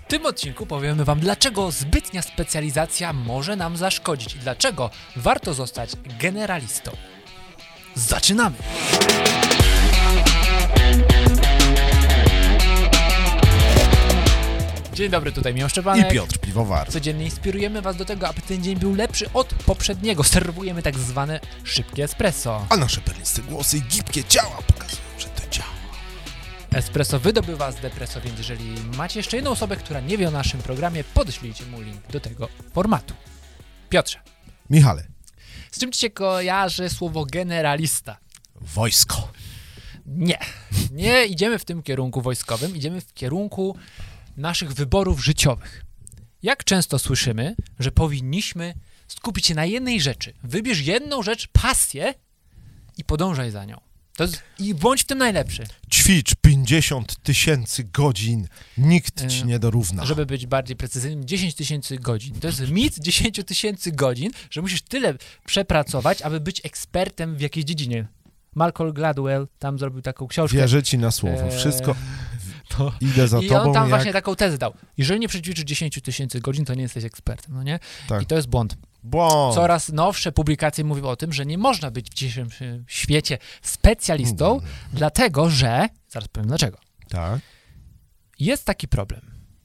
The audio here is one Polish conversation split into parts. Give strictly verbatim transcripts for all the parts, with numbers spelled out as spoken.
tym odcinku powiemy wam, dlaczego zbytnia specjalizacja może nam zaszkodzić i dlaczego warto zostać generalistą. Zaczynamy! Dzień dobry, tutaj Michał Szczepanek i Piotr Piwowar. Codziennie inspirujemy was do tego, aby ten dzień był lepszy od poprzedniego. Serwujemy tak zwane szybkie espresso. A nasze perliste głosy i gibkie ciała pokazują, że to działa. Espresso wydobywa z depresso, więc jeżeli macie jeszcze jedną osobę, która nie wie o naszym programie, podeślijcie mu link do tego formatu. Piotrze. Michale. Z czym ci się kojarzy słowo generalista? Wojsko. Nie. Nie idziemy w tym kierunku wojskowym, idziemy w kierunku naszych wyborów życiowych. Jak często słyszymy, że powinniśmy skupić się na jednej rzeczy. Wybierz jedną rzecz, pasję i podążaj za nią. To jest, i bądź w tym najlepszy. Ćwicz pięćdziesiąt tysięcy godzin, nikt ci nie dorówna. Żeby być bardziej precyzyjnym, dziesięć tysięcy godzin. To jest mit dziesięć tysięcy godzin, że musisz tyle przepracować, aby być ekspertem w jakiejś dziedzinie. Malcolm Gladwell tam zrobił taką książkę. Wierzę ci na słowo, wszystko... To. Idę za I tobą on tam jak... właśnie taką tezę dał. Jeżeli nie przećwiczysz dziesięć tysięcy godzin, to nie jesteś ekspertem, no nie? Tak. I to jest błąd. Błąd. Coraz nowsze publikacje mówią o tym, że nie można być w dzisiejszym świecie specjalistą, Mm. dlatego że... Zaraz powiem dlaczego. Tak. Jest taki problem.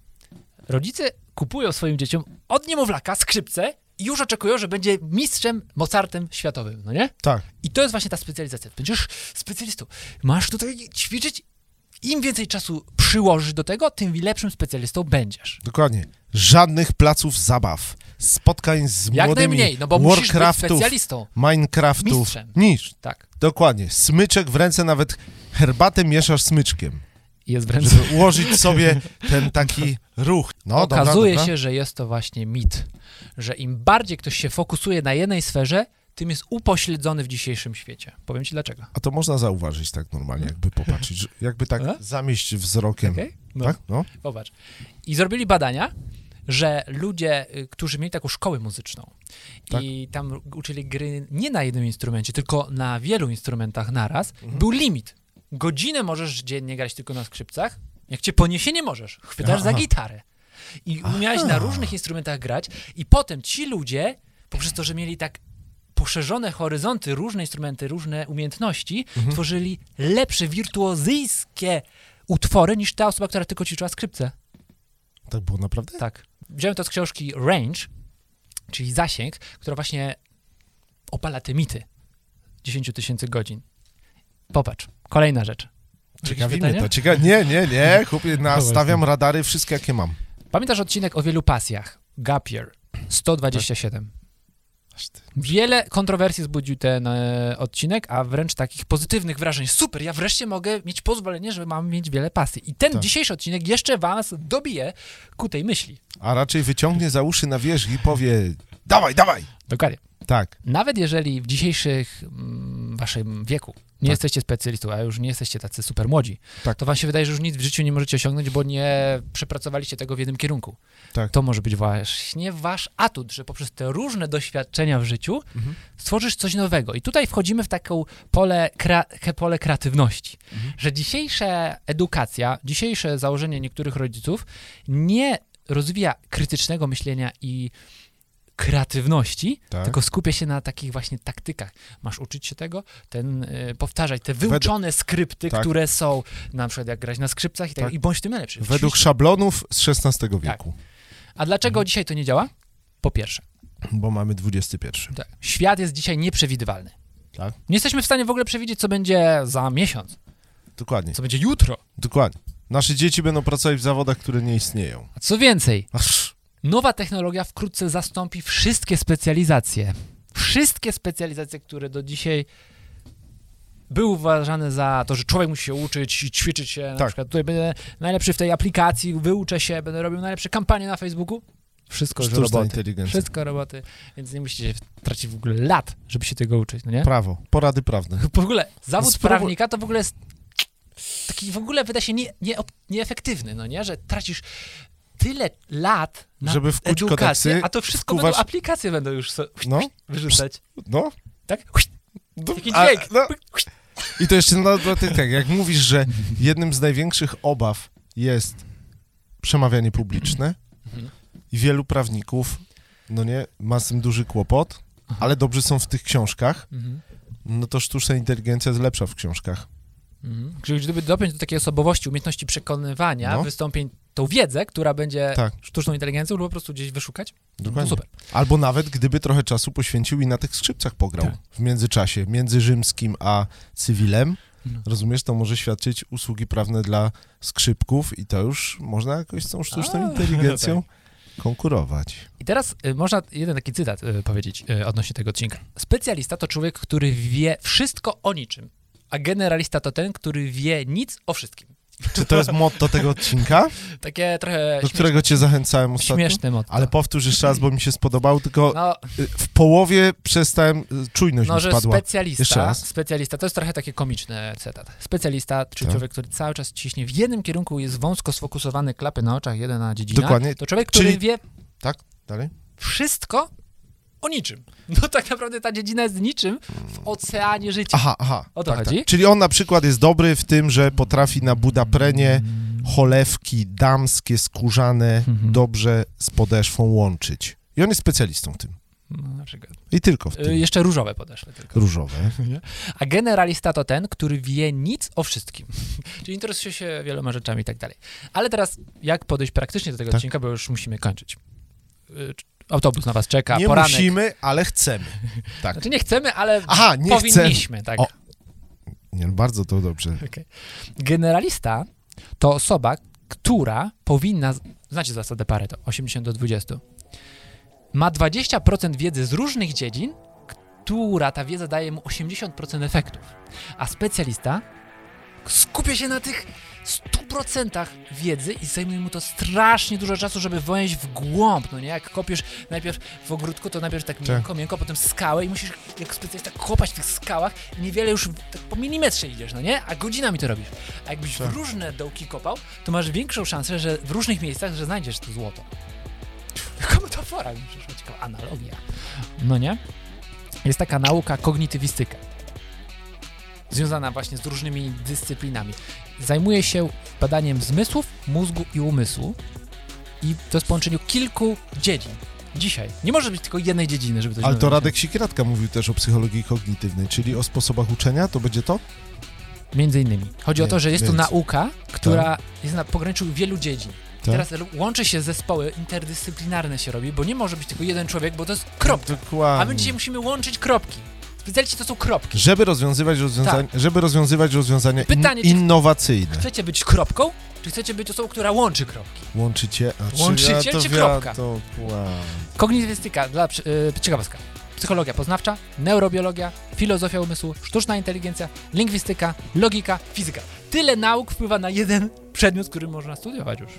Rodzice kupują swoim dzieciom od niemowlaka skrzypce i już oczekują, że będzie mistrzem, Mozartem światowym, no nie? Tak. I to jest właśnie ta specjalizacja. Będziesz specjalistą. Masz tutaj ćwiczyć. Im więcej czasu przyłożysz do tego, tym lepszym specjalistą będziesz. Dokładnie. Żadnych placów zabaw, spotkań z Jak młodymi, najmniej, no bo musisz być Warcraftów, specjalistą. Minecraftów. Mistrzem. Niż. Tak. Dokładnie. Smyczek w ręce, nawet herbatę mieszasz smyczkiem. Jest wręcz... Żeby ułożyć sobie ten taki ruch. No, Okazuje dobra, się, dobra. że jest to właśnie mit. Że im bardziej ktoś się fokusuje na jednej sferze, tym jest upośledzony w dzisiejszym świecie. Powiem ci dlaczego. A to można zauważyć tak normalnie, jakby popatrzeć, że jakby tak A? zamieść wzrokiem. Okay? No. Tak? No. Popatrz. I zrobili badania, że ludzie, y, którzy mieli taką szkołę muzyczną Tak. i tam uczyli gry nie na jednym instrumencie, tylko na wielu instrumentach naraz, Mhm. był limit. Godzinę możesz dziennie grać tylko na skrzypcach, jak cię poniesie, nie możesz. Chwytasz Aha. za gitarę. I umiałeś na różnych instrumentach grać i potem ci ludzie, poprzez to, że mieli tak poszerzone horyzonty, różne instrumenty, różne umiejętności, Mhm. tworzyli lepsze, wirtuozyjskie utwory niż ta osoba, która tylko ćwiczyła skrzypce. Tak było naprawdę? Tak. Wziąłem to z książki Range, czyli zasięg, która właśnie opala te mity. dziesięć tysięcy godzin. Popatrz, kolejna rzecz. Ciekawi Jakieś mnie to. pytania? Cieka... Nie, nie, nie. Chłopie, nastawiam radary, wszystkie jakie mam. Pamiętasz odcinek o wielu pasjach? Gap Year, sto dwadzieścia siedem. Aż ty- Wiele kontrowersji wzbudził ten e, odcinek, a wręcz takich pozytywnych wrażeń. Super, ja wreszcie mogę mieć pozwolenie, że mam mieć wiele pasji. I ten Tak. dzisiejszy odcinek jeszcze was dobije ku tej myśli. A raczej wyciągnie za uszy na wierzch i powie dawaj, dawaj. Dokładnie. Tak. Nawet jeżeli w dzisiejszych mm, waszym wieku nie Tak. jesteście specjalistą, a już nie jesteście tacy super młodzi, Tak. to wam się wydaje, że już nic w życiu nie możecie osiągnąć, bo nie przepracowaliście tego w jednym kierunku. Tak. To może być właśnie wasz atut, że poprzez te różne doświadczenia w życiu Mhm. stworzysz coś nowego. I tutaj wchodzimy w taką pole, kra, pole kreatywności, Mhm. że dzisiejsza edukacja, dzisiejsze założenie niektórych rodziców nie rozwija krytycznego myślenia i kreatywności, Tak. tylko skupia się na takich właśnie taktykach. Masz uczyć się tego, ten, y, powtarzaj te wyuczone skrypty, tak. które są, na przykład jak grać na skrzypcach i tak, Tak. i bądź w tym najlepszy. Według Ćwicz. szablonów z szesnastego wieku. A dlaczego Mhm. dzisiaj to nie działa? Po pierwsze, Bo mamy dwudziesty pierwszy. tak, świat jest dzisiaj nieprzewidywalny. Tak. Nie jesteśmy w stanie w ogóle przewidzieć, co będzie za miesiąc, Dokładnie. co będzie jutro. Dokładnie. Nasze dzieci będą pracować w zawodach, które nie istnieją. A co więcej, Aż. nowa technologia wkrótce zastąpi wszystkie specjalizacje. Wszystkie specjalizacje, które do dzisiaj były uważane za to, że człowiek musi się uczyć i ćwiczyć się. Na Tak. przykład tutaj będę najlepszy w tej aplikacji, wyuczę się, będę robił najlepsze kampanie na Facebooku. Wszystko już Sztuczna roboty. inteligencja. Wszystko roboty, więc nie musicie tracić w ogóle lat, żeby się tego uczyć, no nie? Prawo. Porady prawne. W ogóle zawód Spróbuj- prawnika to w ogóle jest taki w ogóle wydaje się nie, nie, nieefektywny, no nie? Że tracisz tyle lat na Żeby wkuć edukację, kodeksy, a to wszystko wkuwasz- będą aplikacje będą już so, No. wyrzucać. No. Tak? No, Taki a- dźwięk. no. I to jeszcze na dodatek tak, jak mówisz, że jednym z największych obaw jest przemawianie publiczne Mhm. i wielu prawników, no nie, ma z tym duży kłopot, Aha. ale dobrzy są w tych książkach, Mhm. no to sztuczna inteligencja jest lepsza w książkach. Mhm. Czyli gdyby dopiąć do takiej osobowości, umiejętności przekonywania, No. wystąpień, tą wiedzę, która będzie Tak. sztuczną inteligencją, lub po prostu gdzieś wyszukać, Dokładnie. to super. Albo nawet gdyby trochę czasu poświęcił i na tych skrzypcach pograł Tak. w międzyczasie, między rzymskim a cywilem. No. Rozumiesz, to może świadczyć usługi prawne dla skrzypków i to już można jakoś z tą sztuczną A, inteligencją no konkurować. I teraz y, można jeden taki cytat y, powiedzieć y, odnośnie tego odcinka. Specjalista to człowiek, który wie wszystko o niczym, a generalista to ten, który wie nic o wszystkim. Czy to jest motto tego odcinka, Takie trochę do śmieszne, którego cię zachęcałem ostatnio? śmieszne motto. Ale powtórz jeszcze raz, bo mi się spodobał, tylko No, y, w połowie przestałem, y, czujność no mi że spadła. Jeszcze specjalista, raz. specjalista, to jest trochę taki komiczny cytat. Specjalista, czyli Tak. człowiek, który cały czas ciśnie w jednym kierunku, jest wąsko sfokusowany, klapy na oczach, jeden dziedzina. Dokładnie. To człowiek, który Czyli- wie Tak? Dalej? wszystko o niczym. No tak naprawdę ta dziedzina jest niczym w oceanie życia. Aha, aha. O to tak, chodzi? Tak. Czyli on na przykład jest dobry w tym, że potrafi na budaprenie cholewki damskie, skórzane, Mhm. dobrze z podeszwą łączyć. I on jest specjalistą w tym. No, na przykład. I tylko w Y, tym. jeszcze różowe podeszły tylko. Różowe. A generalista to ten, który wie nic o wszystkim. Czyli interesuje się wieloma rzeczami i tak dalej. Ale teraz jak podejść praktycznie do tego Tak. odcinka, bo już musimy kończyć. Y, Autobus na was czeka, Nie poranek. musimy, ale chcemy. Tak. Znaczy nie chcemy, ale Aha, nie powinniśmy, tak. O. Nie, no bardzo to dobrze. Okay. Generalista to osoba, która powinna, znacie zasadę Pareto, osiemdziesiąt do dwudziestu. Ma dwadzieścia procent wiedzy z różnych dziedzin, która ta wiedza daje mu osiemdziesiąt procent efektów. A specjalista skupia się na tych stu procentach wiedzy i zajmuje mu to strasznie dużo czasu, żeby wejść w głąb, no nie? Jak kopiesz najpierw w ogródku, to najpierw tak miękko, miękko, potem skałę i musisz jak specjalista kopać w tych skałach i niewiele już tak po milimetrze idziesz, no nie? A godzinami to robisz. A jakbyś Tak. w różne dołki kopał, to masz większą szansę, że w różnych miejscach, że znajdziesz to złoto. Tylko metafora mi przyszła, ciekawa analogia. No nie? Jest taka nauka kognitywistyka. Związana właśnie z różnymi dyscyplinami. Zajmuje się badaniem zmysłów, mózgu i umysłu i to jest połączeniu kilku dziedzin. Dzisiaj. Nie może być tylko jednej dziedziny, żeby to Ale źle to rozumieć. Radek Siekieradka mówił też o psychologii kognitywnej, czyli o sposobach uczenia, to będzie to? Między innymi. Chodzi o to, że jest to Więc- nauka, która jest na pograniczu wielu dziedzin. I Tak? teraz łączy się zespoły, interdyscyplinarne się robi, bo nie może być tylko jeden człowiek, bo to jest kropka. Dokładnie. A my dzisiaj musimy łączyć kropki. Specjaliści to są kropki. Żeby rozwiązywać rozwiązania, żeby rozwiązywać rozwiązania in, Pytanie, czy- innowacyjne. Chcecie być kropką, czy chcecie być osobą, która łączy kropki? Łączycie, a czy Łączycie, ja to czy wia- kropka? To, wow. Kognitywistyka, dla przy- yy, ciekawostka. Psychologia poznawcza, neurobiologia, filozofia umysłu, sztuczna inteligencja, lingwistyka, logika, fizyka. Tyle nauk wpływa na jeden przedmiot, który można studiować już.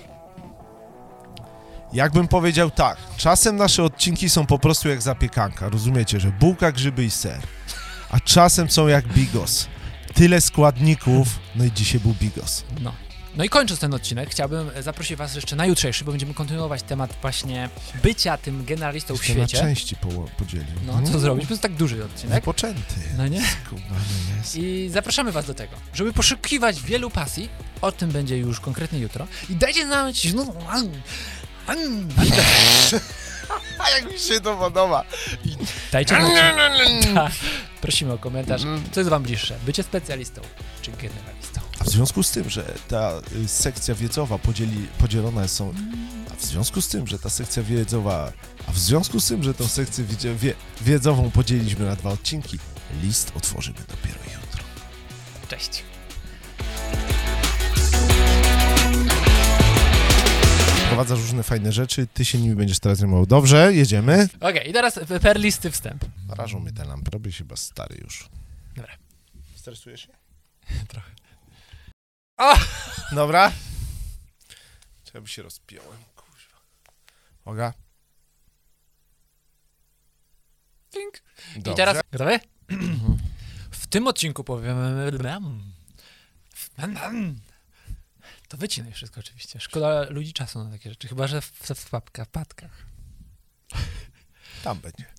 Jakbym powiedział tak, czasem nasze odcinki są po prostu jak zapiekanka, rozumiecie, że bułka, grzyby i ser, a czasem są jak bigos. Tyle składników, no i dzisiaj był bigos. No. No i kończąc ten odcinek, chciałbym zaprosić was jeszcze na jutrzejszy, bo będziemy kontynuować temat właśnie bycia tym generalistą w Jeszcze na świecie. części po, podzielił. No, co zrobić? Bo to jest tak duży odcinek. Wypoczęty. No nie? Skubany jest. I zapraszamy was do tego, żeby poszukiwać wielu pasji. O tym będzie już konkretnie jutro. I dajcie znać, no, an, an, A jak mi się to podoba. dajcie znać. Tak. Prosimy o komentarz, co jest wam bliższe, bycie specjalistą czy generalistą. A w związku z tym, że ta y, sekcja wiedzowa podzieli, podzielona są, a w związku z tym, że ta sekcja wiedzowa, a w związku z tym, że tą sekcję wiedzie, wie, wiedzową podzieliliśmy na dwa odcinki, list otworzymy dopiero jutro. Cześć. Wprowadzasz różne fajne rzeczy, ty się nimi będziesz teraz zajmował. Dobrze, jedziemy. Okej, i teraz per listy wstęp. Rażą mnie te lampy, robię się chyba stary już. Dobra. Stresujesz się? Trochę. O! Dobra. Czy ja by się rozpiąłem, kuźwa. Uwaga. Tink. I Dobrze. teraz... Gotowy? W tym odcinku powiemy... To wycinaj wszystko oczywiście. Szkoda ludzi czasu na takie rzeczy, chyba że w, w wpadkach. Tam będzie.